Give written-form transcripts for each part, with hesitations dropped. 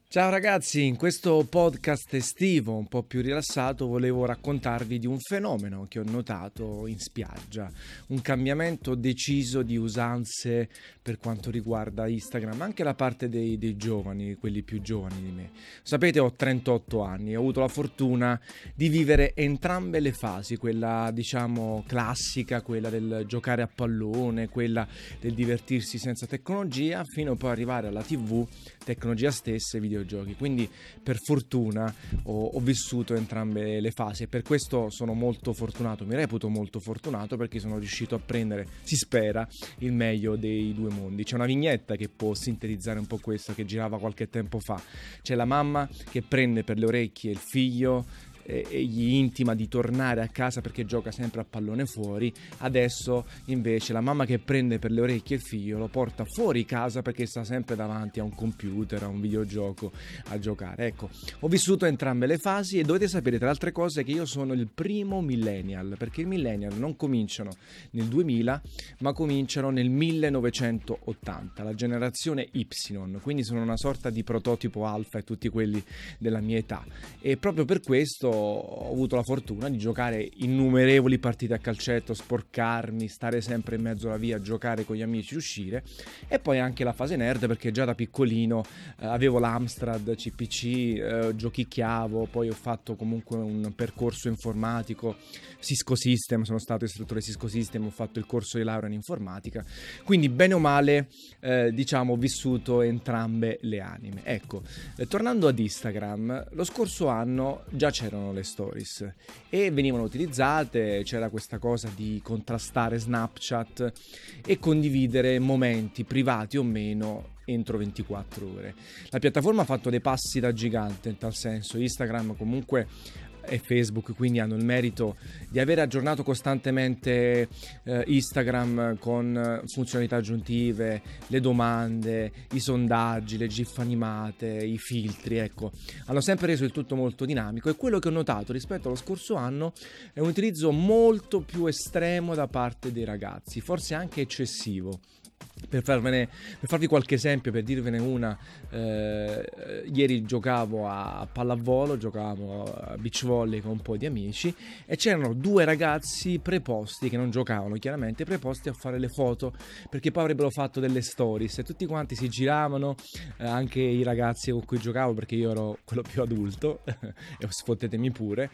Ciao ragazzi, in questo podcast estivo un po' più rilassato volevo raccontarvi di un fenomeno che ho notato in spiaggia, un cambiamento deciso di usanze per quanto riguarda Instagram, anche la parte dei giovani, quelli più giovani di me. Sapete, ho 38 anni, ho avuto la fortuna di vivere entrambe le fasi, quella diciamo classica, quella del giocare a pallone, quella del divertirsi senza tecnologia, fino a poi arrivare alla TV, tecnologia stessa e videogiochi. Quindi per fortuna ho vissuto entrambe le fasi e per questo sono molto fortunato, mi reputo molto fortunato perché sono riuscito a prendere, si spera, il meglio dei due mondi. C'è una vignetta che può sintetizzare un po' questo, che girava qualche tempo fa. C'è la mamma che prende per le orecchie il figlio e gli intima di tornare a casa perché gioca sempre a pallone fuori. Adesso invece la mamma che prende per le orecchie il figlio lo porta fuori casa perché sta sempre davanti a un computer, a un videogioco a giocare. Ecco, ho vissuto entrambe le fasi e dovete sapere tra le altre cose che io sono il primo millennial, perché i millennial non cominciano nel 2000 ma cominciano nel 1980, la generazione Y, quindi sono una sorta di prototipo alfa e tutti quelli della mia età, e proprio per questo ho avuto la fortuna di giocare innumerevoli partite a calcetto, sporcarmi, stare sempre in mezzo alla via, giocare con gli amici, uscire, e poi anche la fase nerd perché già da piccolino avevo l'Amstrad CPC, giochicchiavo, poi ho fatto comunque un percorso informatico, Cisco System, sono stato istruttore Cisco System, ho fatto il corso di laurea in informatica, quindi bene o male diciamo ho vissuto entrambe le anime. Ecco, tornando ad Instagram, lo scorso anno già c'erano le stories e venivano utilizzate, c'era questa cosa di contrastare Snapchat e condividere momenti privati o meno entro 24 ore. La piattaforma ha fatto dei passi da gigante in tal senso. Instagram comunque e Facebook quindi hanno il merito di aver aggiornato costantemente Instagram con funzionalità aggiuntive, le domande, i sondaggi, le gif animate, i filtri, ecco, hanno sempre reso il tutto molto dinamico, e quello che ho notato rispetto allo scorso anno è un utilizzo molto più estremo da parte dei ragazzi, forse anche eccessivo. Per farvi qualche esempio, per dirvene una, ieri giocavo a pallavolo, giocavo a beach volley con un po' di amici e c'erano due ragazzi preposti, che non giocavano chiaramente, preposti a fare le foto perché poi avrebbero fatto delle stories e tutti quanti si giravano, anche i ragazzi con cui giocavo perché io ero quello più adulto e sfottetemi pure,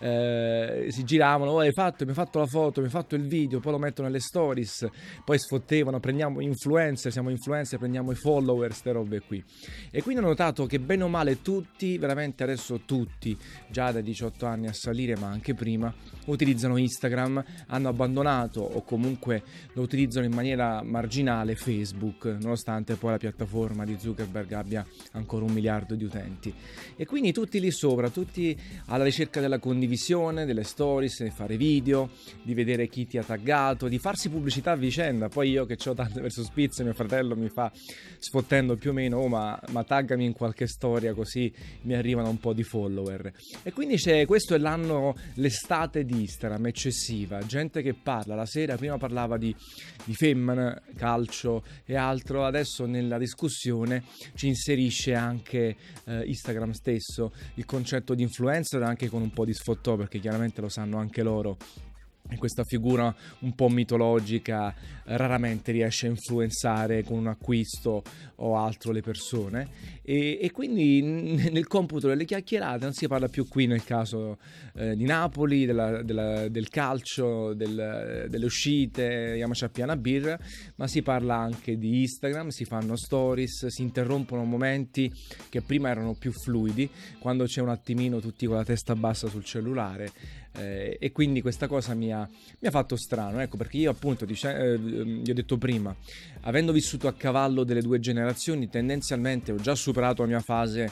si giravano: oh, mi hai fatto la foto, mi hai fatto il video, poi lo metto nelle stories, poi sfottevano, prendiamo influencer, siamo influencer, prendiamo i follower, ste robe qui. E quindi ho notato che bene o male tutti, veramente adesso tutti, già dai 18 anni a salire ma anche prima, utilizzano Instagram, hanno abbandonato o comunque lo utilizzano in maniera marginale Facebook, nonostante poi la piattaforma di Zuckerberg abbia ancora 1 miliardo di utenti. E quindi tutti lì sopra, tutti alla ricerca della condivisione, delle stories, di fare video, di vedere chi ti ha taggato, di farsi pubblicità a vicenda. Poi io che ho tante verso spizze, mio fratello mi fa, sfottendo più o meno: oh, ma taggami in qualche storia così mi arrivano un po' di follower. E quindi questo è l'anno, l'estate di Instagram, eccessiva, gente che parla la sera, prima parlava di femmina, calcio e altro, adesso nella discussione ci inserisce anche Instagram stesso il concetto di influencer, anche con un po' di sfottò, perché chiaramente lo sanno anche loro. E questa figura un po' mitologica raramente riesce a influenzare con un acquisto o altro le persone, e quindi nel computo delle chiacchierate non si parla più, qui nel caso di Napoli, del calcio, delle uscite, andiamoci a piana birra, ma si parla anche di Instagram, si fanno stories, si interrompono momenti che prima erano più fluidi, quando c'è un attimino tutti con la testa bassa sul cellulare. E quindi questa cosa mi ha fatto strano, ecco, perché io appunto gli ho detto prima, avendo vissuto a cavallo delle due generazioni, tendenzialmente ho già superato la mia fase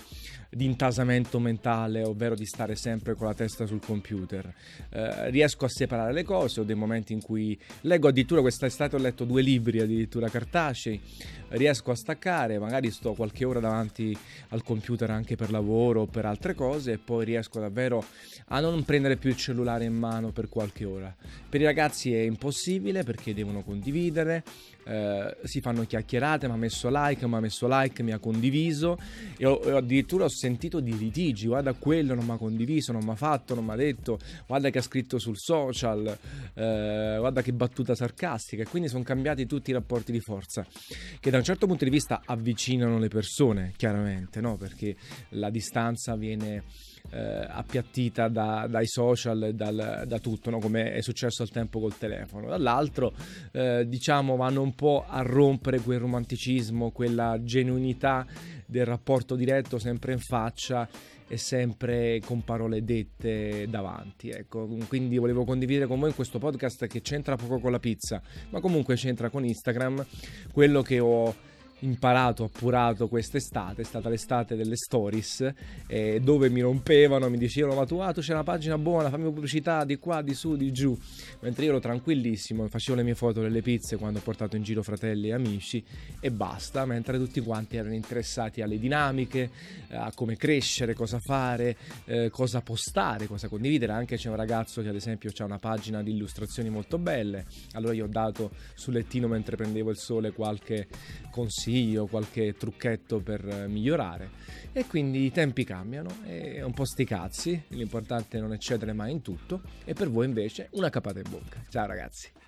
di intasamento mentale, ovvero di stare sempre con la testa sul computer. Riesco a separare le cose, ho dei momenti in cui leggo, addirittura quest'estate ho letto 2 libri addirittura cartacei, riesco a staccare, magari sto qualche ora davanti al computer anche per lavoro o per altre cose, e poi riesco davvero a non prendere più il cellulare in mano per qualche ora. Per i ragazzi è impossibile perché devono condividere, si fanno chiacchierate, mi ha messo like, mi ha condiviso, e addirittura ho sentito di litigi: guarda, quello non mi ha condiviso, non mi ha fatto, non mi ha detto, guarda che ha scritto sul social, guarda che battuta sarcastica. E quindi sono cambiati tutti i rapporti di forza, che da un certo punto di vista avvicinano le persone, chiaramente, no? Perché la distanza viene appiattita dai social e da tutto, no? Come è successo al tempo col telefono. Dall'altro diciamo vanno un po' a rompere quel romanticismo, quella genuinità del rapporto diretto, sempre in faccia e sempre con parole dette davanti, ecco. Quindi volevo condividere con voi in questo podcast, che c'entra poco con la pizza, ma comunque c'entra con Instagram, quello che ho imparato, appurato quest'estate. È stata l'estate delle stories, dove mi rompevano, mi dicevano: ma tu c'è una pagina buona, fammi pubblicità di qua, di su, di giù, mentre io ero tranquillissimo, facevo le mie foto delle pizze quando ho portato in giro fratelli e amici e basta, mentre tutti quanti erano interessati alle dinamiche, a come crescere, cosa fare, cosa postare, cosa condividere. Anche c'è un ragazzo che ad esempio ha una pagina di illustrazioni molto belle, allora io ho dato sul lettino mentre prendevo il sole qualche consiglio, qualche trucchetto per migliorare. E quindi i tempi cambiano, e un po' sti cazzi, l'importante è non eccedere mai in tutto, e per voi invece una capata in bocca. Ciao ragazzi.